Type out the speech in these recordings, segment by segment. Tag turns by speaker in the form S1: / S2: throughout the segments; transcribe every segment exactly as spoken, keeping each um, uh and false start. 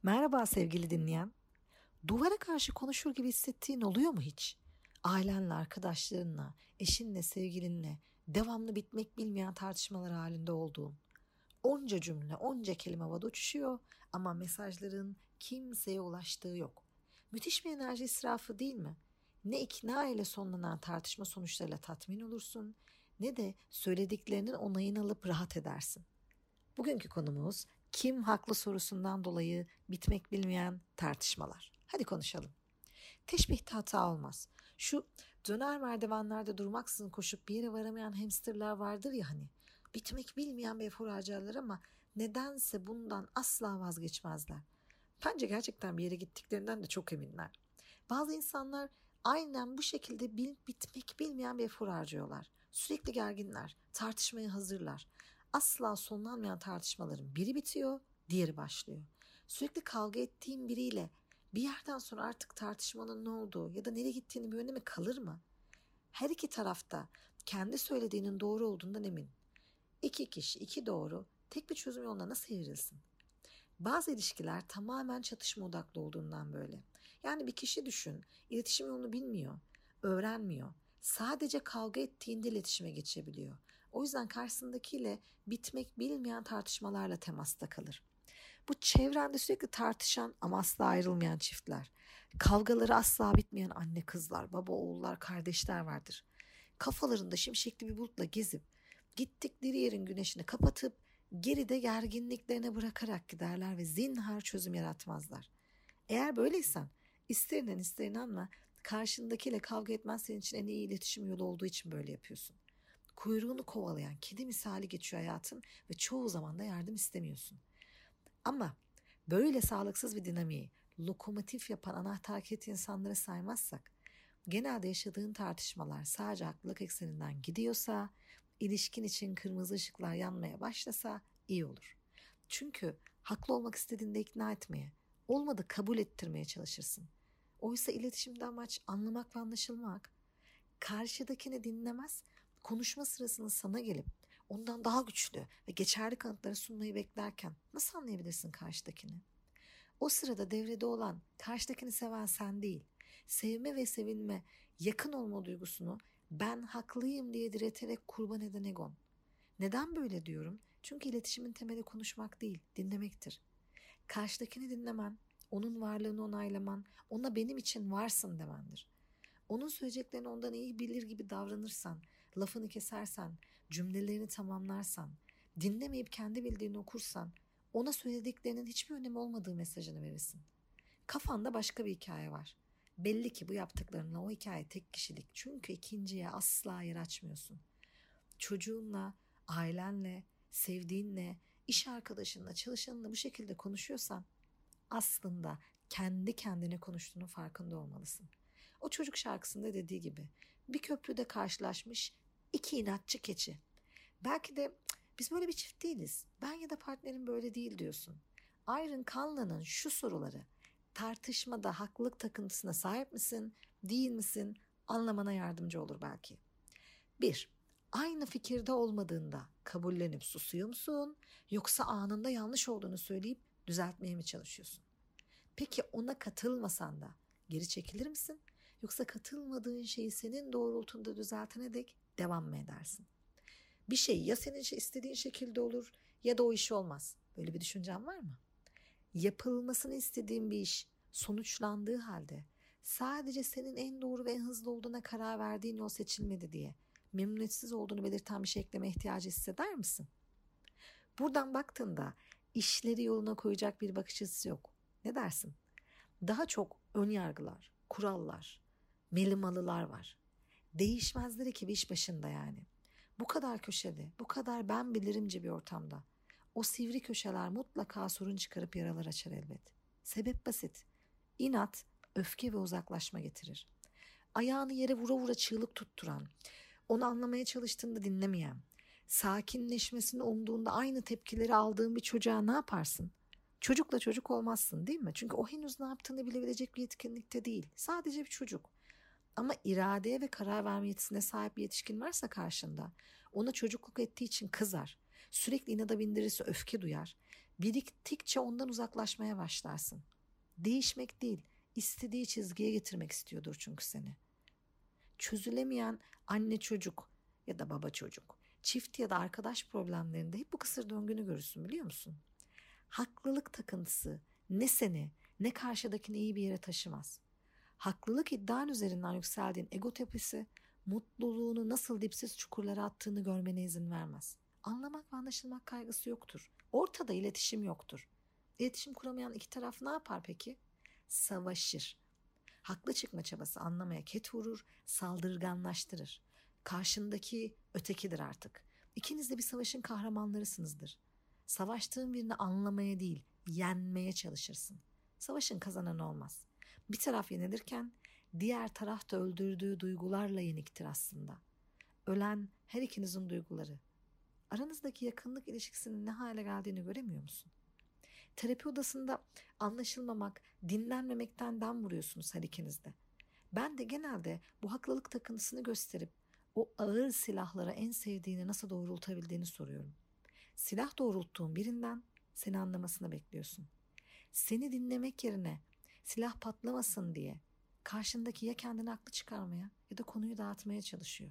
S1: Merhaba sevgili dinleyen. Duvara karşı konuşur gibi hissettiğin oluyor mu hiç? Ailenle, arkadaşlarınla, eşinle, sevgilinle devamlı bitmek bilmeyen tartışmalar halinde olduğun. Onca cümle, onca kelime havada uçuşuyor ama mesajların kimseye ulaştığı yok. Müthiş bir enerji israfı değil mi? Ne ikna ile sonlanan tartışma sonuçlarıyla tatmin olursun, ne de söylediklerinin onayını alıp rahat edersin. Bugünkü konumuz kim haklı sorusundan dolayı bitmek bilmeyen tartışmalar. Hadi konuşalım. Teşbihte hata olmaz. Şu döner merdivenlerde durmaksızın koşup bir yere varamayan hamsterlar vardır ya hani. Bitmek bilmeyen bir efor harcarlar ama nedense bundan asla vazgeçmezler. Bence gerçekten bir yere gittiklerinden de çok eminler. Bazı insanlar aynen bu şekilde bil, bitmek bilmeyen bir efor harcıyorlar. Sürekli gerginler, tartışmaya hazırlar. Asla sonlanmayan tartışmaların biri bitiyor, diğeri başlıyor. Sürekli kavga ettiğin biriyle bir yerden sonra artık tartışmanın ne olduğu ya da nereye gittiğinin bir önemi kalır mı? Her iki tarafta kendi söylediğinin doğru olduğundan emin. İki kişi, iki doğru, tek bir çözüm yoluna nasıl evrilsin? Bazı ilişkiler tamamen çatışma odaklı olduğundan böyle. Yani bir kişi düşün, iletişim yolunu bilmiyor, öğrenmiyor. Sadece kavga ettiğinde iletişime geçebiliyor. O yüzden karşısındakiyle bitmek bilmeyen tartışmalarla temasta kalır. Bu çevrende sürekli tartışan ama asla ayrılmayan çiftler. Kavgaları asla bitmeyen anne kızlar, baba oğullar, kardeşler vardır. Kafalarında şimşekli bir bulutla gezip gittikleri yerin güneşini kapatıp geride gerginliklerine bırakarak giderler ve zinhar çözüm yaratmazlar. Eğer böyleysen ister inan ister inanma karşındakiyle kavga etmen senin için en iyi iletişim yolu olduğu için böyle yapıyorsun. Kuyruğunu kovalayan kedi misali geçiyor hayatın ve çoğu zaman da yardım istemiyorsun. Ama böyle sağlıksız bir dinamiği lokomotif yapan anahtar kilit insanları saymazsak genelde yaşadığın tartışmalar sadece haklılık ekseninden gidiyorsa, ilişkin için kırmızı ışıklar yanmaya başlasa iyi olur. Çünkü haklı olmak istediğinde ikna etmeye, olmadı kabul ettirmeye çalışırsın. Oysa iletişimde amaç anlamak ve anlaşılmak. Karşıdakini dinlemez, konuşma sırasını sana gelip ondan daha güçlü ve geçerli kanıtları sunmayı beklerken nasıl anlayabilirsin karşıdakini? O sırada devrede olan karşıdakini seven sen değil, sevme ve sevilme, yakın olma duygusunu ben haklıyım diye direterek kurban eden egon. Neden böyle diyorum? Çünkü iletişimin temeli konuşmak değil, dinlemektir. Karşıdakini dinlemen, onun varlığını onaylaman, ona benim için varsın demendir. Onun söyleyeceklerini ondan iyi bilir gibi davranırsan, lafını kesersen, cümlelerini tamamlarsan, dinlemeyip kendi bildiğini okursan, ona söylediklerinin hiçbir önemi olmadığı mesajını verirsin. Kafanda başka bir hikaye var. Belli ki bu yaptıklarınla o hikaye tek kişilik. Çünkü ikinciye asla yer açmıyorsun. Çocuğunla, ailenle, sevdiğinle, iş arkadaşınla, çalışanınla bu şekilde konuşuyorsan aslında kendi kendine konuştuğunun farkında olmalısın. O çocuk şarkısında dediği gibi bir köprüde karşılaşmış iki inatçı keçi. Belki de biz böyle bir çift değiliz. Ben ya da partnerim böyle değil diyorsun. Iron Canlan'ın şu soruları tartışmada haklılık takıntısına sahip misin, değil misin anlamana yardımcı olur belki. bir. Aynı fikirde olmadığında kabullenip susuyor musun? Yoksa anında yanlış olduğunu söyleyip düzeltmeye mi çalışıyorsun? Peki ona katılmasan da geri çekilir misin? Yoksa katılmadığın şeyi senin doğrultunda düzeltene dek devam mı edersin? Bir şey ya senin istediğin şekilde olur ya da o iş olmaz. Böyle bir düşüncen var mı? Yapılmasını istediğin bir iş sonuçlandığı halde sadece senin en doğru ve en hızlı olduğuna karar verdiğin yol seçilmedi diye memnuniyetsiz olduğunu belirten bir şey ekleme ihtiyacı hisseder misin? Buradan baktığında işleri yoluna koyacak bir bakış açısı yok. Ne dersin? Daha çok ön yargılar, kurallar, melimalılar var. Değişmezler ekibi iş başında yani. Bu kadar köşede, bu kadar ben bilirimci bir ortamda o sivri köşeler mutlaka sorun çıkarıp yaralar açar elbet. Sebep basit. İnat, öfke ve uzaklaşma getirir. Ayağını yere vura vura çığlık tutturan, onu anlamaya çalıştığında dinlemeyen, sakinleşmesini umduğunda aynı tepkileri aldığın bir çocuğa ne yaparsın? Çocukla çocuk olmazsın değil mi? Çünkü o henüz ne yaptığını bilebilecek bir yetkinlikte değil. Sadece bir çocuk. Ama iradeye ve karar verme yetisine sahip bir yetişkin varsa karşında ona çocukluk ettiği için kızar. Sürekli inada bindirirse öfke duyar. Biriktikçe ondan uzaklaşmaya başlarsın. Değişmek değil, istediği çizgiye getirmek istiyordur çünkü seni. Çözülemeyen anne çocuk ya da baba çocuk, çift ya da arkadaş problemlerinde hep bu kısır döngünü görürsün, biliyor musun? Haklılık takıntısı ne seni ne karşıdakini iyi bir yere taşımaz. Haklılık iddian üzerinden yükseldiğin ego tepesi mutluluğunu nasıl dipsiz çukurlara attığını görmene izin vermez. Anlamak ve anlaşılmak kaygısı yoktur. Ortada iletişim yoktur. İletişim kuramayan iki taraf ne yapar peki? Savaşır. Haklı çıkma çabası anlamaya ket vurur, saldırganlaştırır. Karşındaki ötekidir artık. İkiniz de bir savaşın kahramanlarısınızdır. Savaştığın birini anlamaya değil, yenmeye çalışırsın. Savaşın kazananı olmaz. Bir taraf yenilirken diğer taraf da öldürdüğü duygularla yeniktir aslında. Ölen her ikinizin duyguları. Aranızdaki yakınlık ilişkisinin ne hale geldiğini göremiyor musun? Terapi odasında anlaşılmamak, dinlenmemekten dem vuruyorsunuz her ikiniz de. Ben de genelde bu haklılık takıntısını gösterip o ağır silahlara en sevdiğini nasıl doğrultabildiğini soruyorum. Silah doğrulttuğun birinden seni anlamasını bekliyorsun. Seni dinlemek yerine silah patlamasın diye karşındaki ya kendini haklı çıkarmaya ya da konuyu dağıtmaya çalışıyor.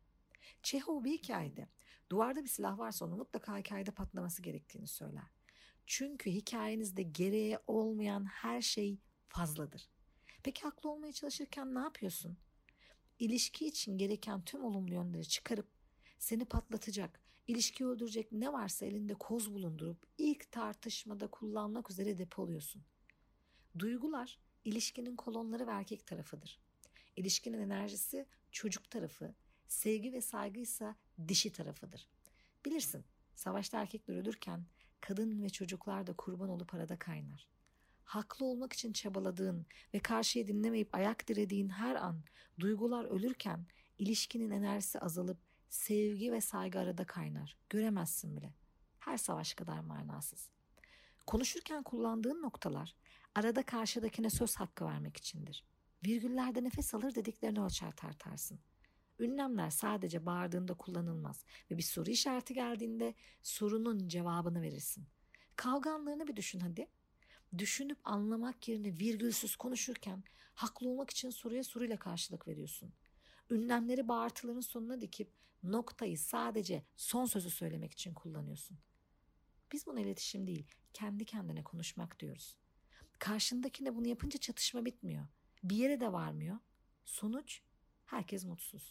S1: Çehov bir hikayede duvarda bir silah varsa onu mutlaka hikayede patlaması gerektiğini söyler. Çünkü hikayenizde gereği olmayan her şey fazladır. Peki haklı olmaya çalışırken ne yapıyorsun? İlişki için gereken tüm olumlu yönleri çıkarıp seni patlatacak, ilişkiyi öldürecek ne varsa elinde koz bulundurup ilk tartışmada kullanmak üzere depoluyorsun. Duygular ilişkinin kolonları ve erkek tarafıdır. İlişkinin enerjisi çocuk tarafı, sevgi ve saygı ise dişi tarafıdır. Bilirsin, savaşta erkekler ölürken kadın ve çocuklar da kurban olup arada kaynar. Haklı olmak için çabaladığın ve karşıyı dinlemeyip ayak dirediğin her an duygular ölürken ilişkinin enerjisi azalıp sevgi ve saygı arada kaynar. Göremezsin bile. Her savaş kadar manasız. Konuşurken kullandığın noktalar arada karşıdakine söz hakkı vermek içindir. Virgüllerde nefes alır dediklerini ölçer tartarsın. Ünlemler sadece bağırdığında kullanılmaz ve bir soru işareti geldiğinde sorunun cevabını verirsin. Kavga anlarını bir düşün hadi. Düşünüp anlamak yerine virgülsüz konuşurken haklı olmak için soruya soruyla karşılık veriyorsun. Ünlemleri bağırtıların sonuna dikip noktayı sadece son sözü söylemek için kullanıyorsun. Biz buna iletişim değil, kendi kendine konuşmak diyoruz. Karşındakine bunu yapınca çatışma bitmiyor. Bir yere de varmıyor. Sonuç herkes mutsuz.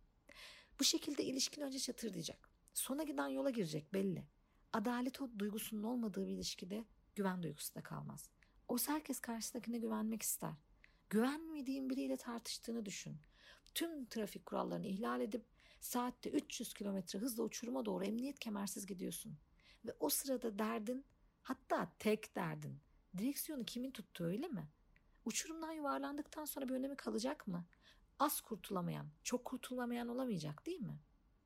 S1: Bu şekilde ilişkin önce çatırdayacak. Sona giden yola girecek belli. Adalet o duygusunun olmadığı bir ilişkide güven duygusu da kalmaz. Oysa herkes karşısındakine güvenmek ister. Güvenmediğin biriyle tartıştığını düşün. Tüm trafik kurallarını ihlal edip saatte üç yüz kilometre hızla uçuruma doğru emniyet kemersiz gidiyorsun. Ve o sırada derdin, hatta tek derdin, direksiyonu kimin tuttuğu, öyle mi? Uçurumdan yuvarlandıktan sonra bir önemi kalacak mı? Az kurtulamayan, çok kurtulamayan olamayacak değil mi?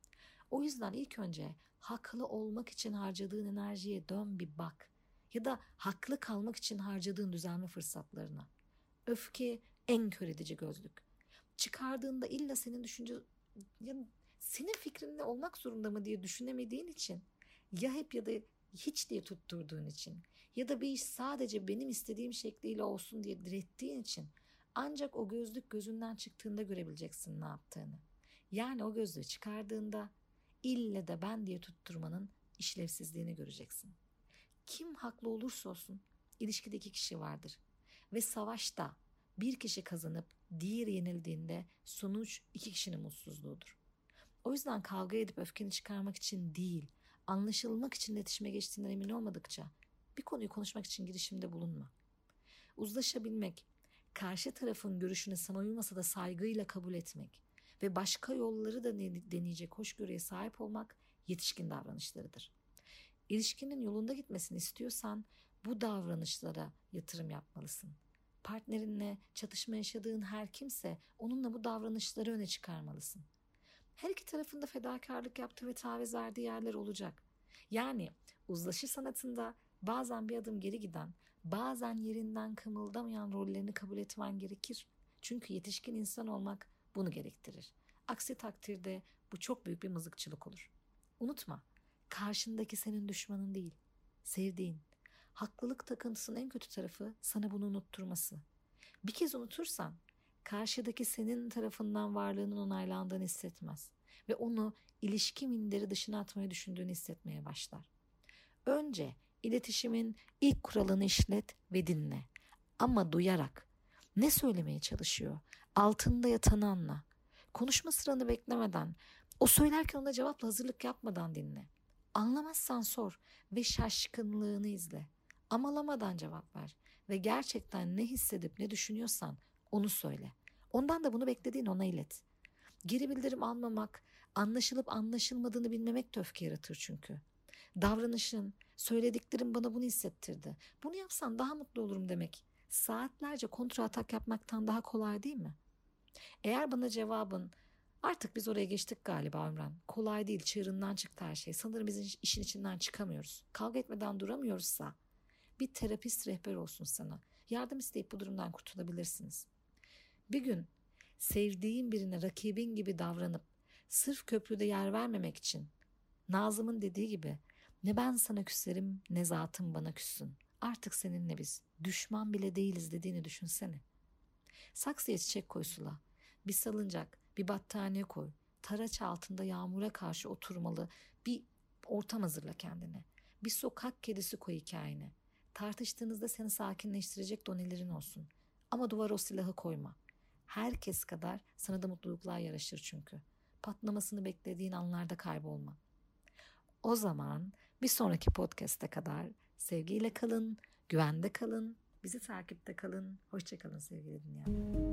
S1: O yüzden ilk önce haklı olmak için harcadığın enerjiye dön bir bak. Ya da haklı kalmak için harcadığın düzelme fırsatlarına. Öfke en kör edici gözlük. Çıkardığında illa senin düşünce, ya senin fikrinle olmak zorunda mı diye düşünemediğin için, ya hep ya da hiç diye tutturduğun için, ya da bir iş sadece benim istediğim şekliyle olsun diye direttiğin için ancak o gözlük gözünden çıktığında görebileceksin ne yaptığını. Yani o gözlüğü çıkardığında ille de ben diye tutturmanın işlevsizliğini göreceksin. Kim haklı olursa olsun ilişkide iki kişi vardır. Ve savaşta bir kişi kazanıp diğeri yenildiğinde sonuç iki kişinin mutsuzluğudur. O yüzden kavga edip öfkeni çıkarmak için değil, anlaşılmak için iletişime geçtiğinden emin olmadıkça bir konuyu konuşmak için girişimde bulunma. Uzlaşabilmek, karşı tarafın görüşüne sana uymasa da saygıyla kabul etmek ve başka yolları da deneyecek hoşgörüye sahip olmak yetişkin davranışlarıdır. İlişkinin yolunda gitmesini istiyorsan bu davranışlara yatırım yapmalısın. Partnerinle çatışma yaşadığın her kimse onunla bu davranışları öne çıkarmalısın. Her iki tarafın da fedakarlık yaptığı ve taviz verdiği yerler olacak. Yani uzlaşı sanatında bazen bir adım geri giden, bazen yerinden kımıldamayan rollerini kabul etmen gerekir. Çünkü yetişkin insan olmak bunu gerektirir. Aksi takdirde bu çok büyük bir mızıkçılık olur. Unutma, karşındaki senin düşmanın değil, sevdiğin, Haklılık takıntısının en kötü tarafı sana bunu unutturması. Bir kez unutursan karşıdaki senin tarafından varlığının onaylandığını hissetmez ve onu ilişki minderi dışına atmayı düşündüğünü hissetmeye başlar. Önce iletişimin ilk kuralını işlet ve dinle. Ama duyarak. Ne söylemeye çalışıyor? Altında yatanı anla. Konuşma sıranı beklemeden, o söylerken ona cevapla hazırlık yapmadan dinle. Anlamazsan sor ve şaşkınlığını izle. Amalamadan cevap ver ve gerçekten ne hissedip ne düşünüyorsan onu söyle. Ondan da bunu beklediğin ona ilet. Geri bildirim almamak, anlaşılıp anlaşılmadığını bilmemek de öfke yaratır çünkü. Davranışın, söylediklerim bana bunu hissettirdi. Bunu yapsan daha mutlu olurum demek. Saatlerce kontra atak yapmaktan daha kolay değil mi? Eğer bana cevabın artık biz oraya geçtik galiba Ümran. Kolay değil, çığırından çıktı her şey. Sanırım biz işin içinden çıkamıyoruz. Kavga etmeden duramıyoruzsa bir terapist rehber olsun sana. Yardım isteyip bu durumdan kurtulabilirsiniz. Bir gün sevdiğin birine rakibin gibi davranıp sırf köprüde yer vermemek için Nazım'ın dediği gibi ne ben sana küserim ne zatın bana küssün. Artık seninle biz düşman bile değiliz dediğini düşünsene. Saksıya çiçek koy sula. Bir salıncak, bir battaniye koy. Taraç altında yağmura karşı oturmalı bir ortam hazırla kendine. Bir sokak kedisi koy hikayene. Tartıştığınızda seni sakinleştirecek donelerin olsun. Ama duvara o silahı koyma. Herkes kadar sana da mutluluklar yaraşır çünkü. Patlamasını beklediğin anlarda kaybolma. O zaman bir sonraki podcast'e kadar sevgiyle kalın, güvende kalın, bizi takipte kalın. Hoşça kalın sevgili dinleyenler.